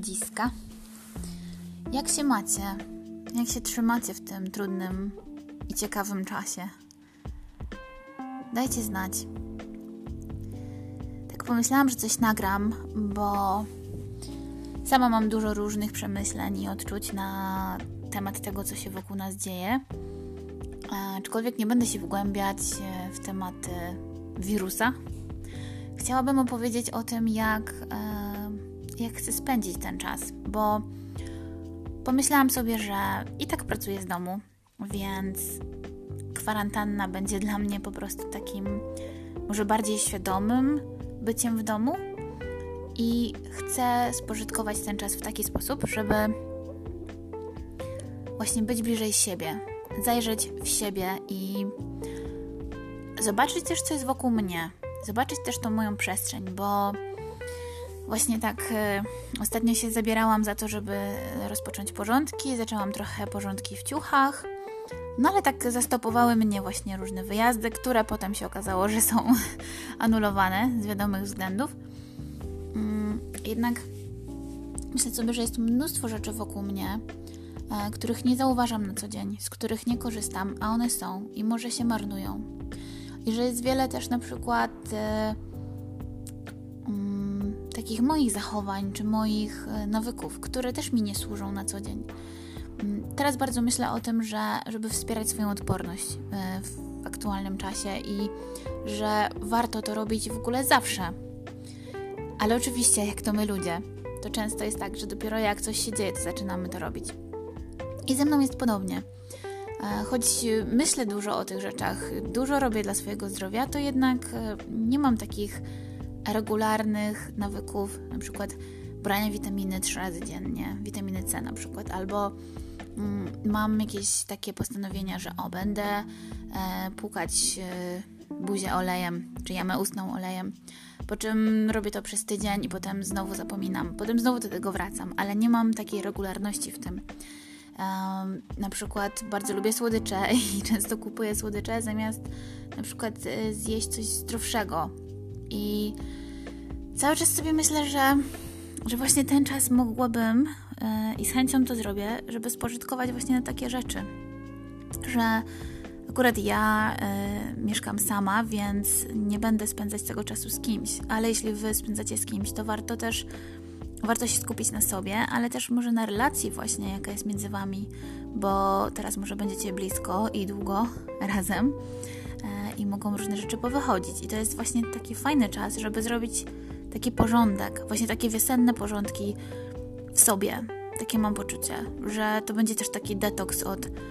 ludziska. Jak się macie? Jak się trzymacie w tym trudnym i ciekawym czasie? Dajcie znać. Tak pomyślałam, że coś nagram, bo sama mam dużo różnych przemyśleń i odczuć na temat tego, co się wokół nas dzieje. Aczkolwiek nie będę się wgłębiać w tematy wirusa. Chciałabym opowiedzieć o tym, jak chcę spędzić ten czas, bo pomyślałam sobie, że i tak pracuję z domu, więc kwarantanna będzie dla mnie po prostu takim może bardziej świadomym byciem w domu i chcę spożytkować ten czas w taki sposób, żeby właśnie być bliżej siebie, zajrzeć w siebie i zobaczyć też, co jest wokół mnie, zobaczyć też tą moją przestrzeń, bo właśnie tak ostatnio się zabierałam za to, żeby rozpocząć porządki, zaczęłam trochę porządki w ciuchach, no ale tak zastopowały mnie właśnie różne wyjazdy, które potem się okazało, że są anulowane z wiadomych względów. Jednak myślę sobie, że jest mnóstwo rzeczy wokół mnie, których nie zauważam na co dzień, z których nie korzystam, a one są i może się marnują. I że jest wiele też na przykład takich moich zachowań, czy moich nawyków, które też mi nie służą na co dzień. Teraz bardzo myślę o tym, żeby wspierać swoją odporność w aktualnym czasie i że warto to robić w ogóle zawsze. Ale oczywiście, jak to my ludzie, to często jest tak, że dopiero jak coś się dzieje, to zaczynamy to robić. I ze mną jest podobnie. Choć myślę dużo o tych rzeczach, dużo robię dla swojego zdrowia, to jednak nie mam takich regularnych nawyków, na przykład brania witaminy 3 razy dziennie, witaminy C na przykład, albo mam jakieś takie postanowienia, że będę płukać buzię olejem, czy jamę ustną olejem, po czym robię to przez tydzień i potem znowu zapominam, potem znowu do tego wracam, ale nie mam takiej regularności w tym. Na przykład bardzo lubię słodycze i często kupuję słodycze zamiast na przykład zjeść coś zdrowszego i cały czas sobie myślę, że właśnie ten czas mogłabym i z chęcią to zrobię, żeby spożytkować właśnie na takie rzeczy, że akurat ja mieszkam sama, więc nie będę spędzać tego czasu z kimś, ale jeśli wy spędzacie z kimś, to warto się skupić na sobie, ale też może na relacji właśnie, jaka jest między wami, bo teraz może będziecie blisko i długo razem i mogą różne rzeczy powychodzić. I to jest właśnie taki fajny czas, żeby zrobić taki porządek, właśnie takie wiosenne porządki w sobie. Takie mam poczucie, że to będzie też taki detoks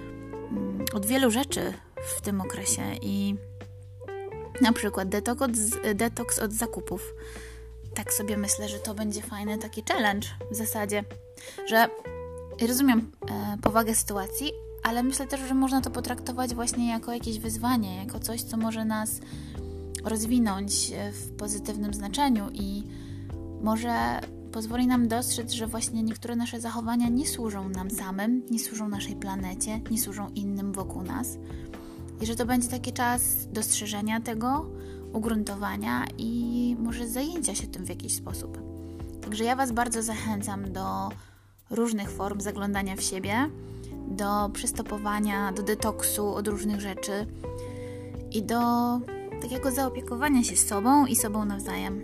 od wielu rzeczy w tym okresie i na przykład detoks od zakupów. Tak sobie myślę, że to będzie fajny taki challenge w zasadzie, że rozumiem powagę sytuacji, ale myślę też, że można to potraktować właśnie jako jakieś wyzwanie, jako coś, co może nas rozwinąć w pozytywnym znaczeniu i może pozwoli nam dostrzec, że właśnie niektóre nasze zachowania nie służą nam samym, nie służą naszej planecie, nie służą innym wokół nas i że to będzie taki czas dostrzeżenia tego, ugruntowania i może zajęcia się tym w jakiś sposób. Także ja Was bardzo zachęcam do różnych form zaglądania w siebie, do przystopowania, do detoksu od różnych rzeczy i do takiego zaopiekowania się sobą i sobą nawzajem.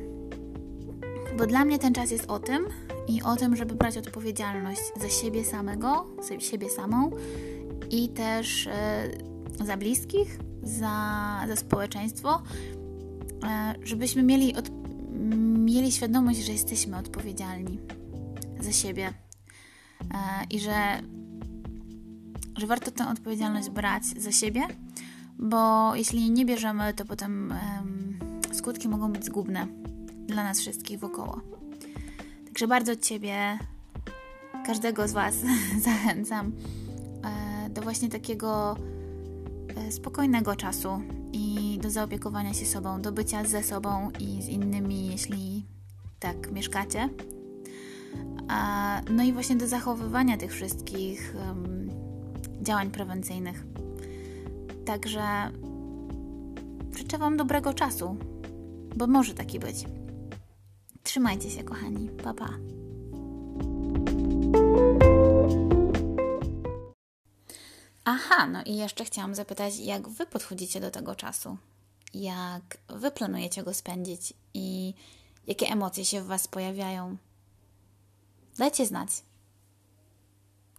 Bo dla mnie ten czas jest o tym i o tym, żeby brać odpowiedzialność za siebie samego, za siebie samą i też za bliskich, za społeczeństwo, żebyśmy mieli świadomość, że jesteśmy odpowiedzialni za siebie i że warto tę odpowiedzialność brać za siebie, bo jeśli jej nie bierzemy, to potem skutki mogą być zgubne dla nas wszystkich wokoło. Także bardzo Ciebie, każdego z Was zachęcam do właśnie takiego spokojnego czasu i do zaopiekowania się sobą, do bycia ze sobą i z innymi, jeśli tak mieszkacie. No i właśnie do zachowywania tych wszystkich działań prewencyjnych. Także życzę Wam dobrego czasu, bo może taki być. Trzymajcie się, kochani. Pa, pa. Aha, no i jeszcze chciałam zapytać, jak Wy podchodzicie do tego czasu? Jak Wy planujecie go spędzić i jakie emocje się w Was pojawiają? Dajcie znać.